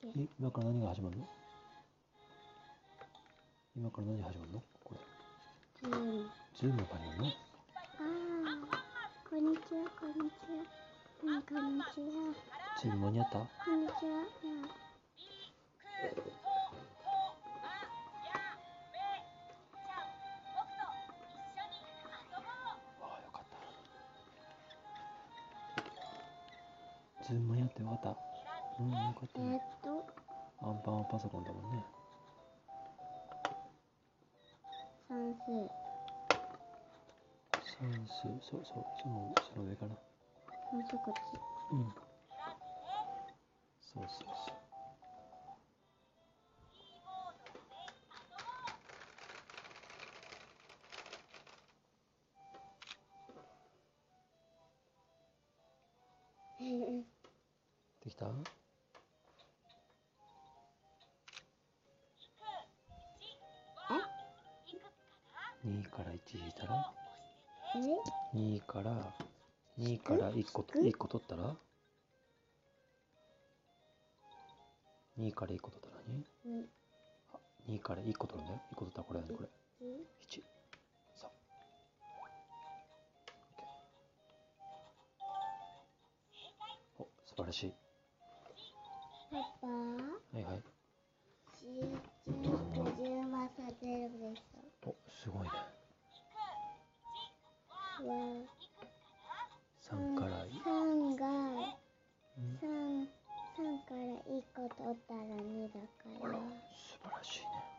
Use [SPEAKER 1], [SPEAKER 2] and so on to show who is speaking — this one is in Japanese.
[SPEAKER 1] 今から何が始まるの？今から何始まるの？これ。ズームが始まるの？
[SPEAKER 2] こんにちは、こんにちは。こんにちは。
[SPEAKER 1] ズーム間に合った？
[SPEAKER 2] こんにちは。
[SPEAKER 1] ああ、よかった。ズーム間に合ってよかった。よかったね。アンパンはパソコンだもんね。
[SPEAKER 2] 算数。
[SPEAKER 1] その上かな。
[SPEAKER 2] 算数こっち。
[SPEAKER 1] そう。できた？2から1引いたら2から1個取ったら2から1個取ったら何？2から1個取るんだよ。1個取ったらこれだね、これ。1。そう。お、素晴らしい。
[SPEAKER 2] パパ。
[SPEAKER 1] はいはい。
[SPEAKER 2] 集中して10はさせるでしょ。
[SPEAKER 1] お、すごいね。3から
[SPEAKER 2] 3が3から1個取ったら2だから。
[SPEAKER 1] 素晴らしいね。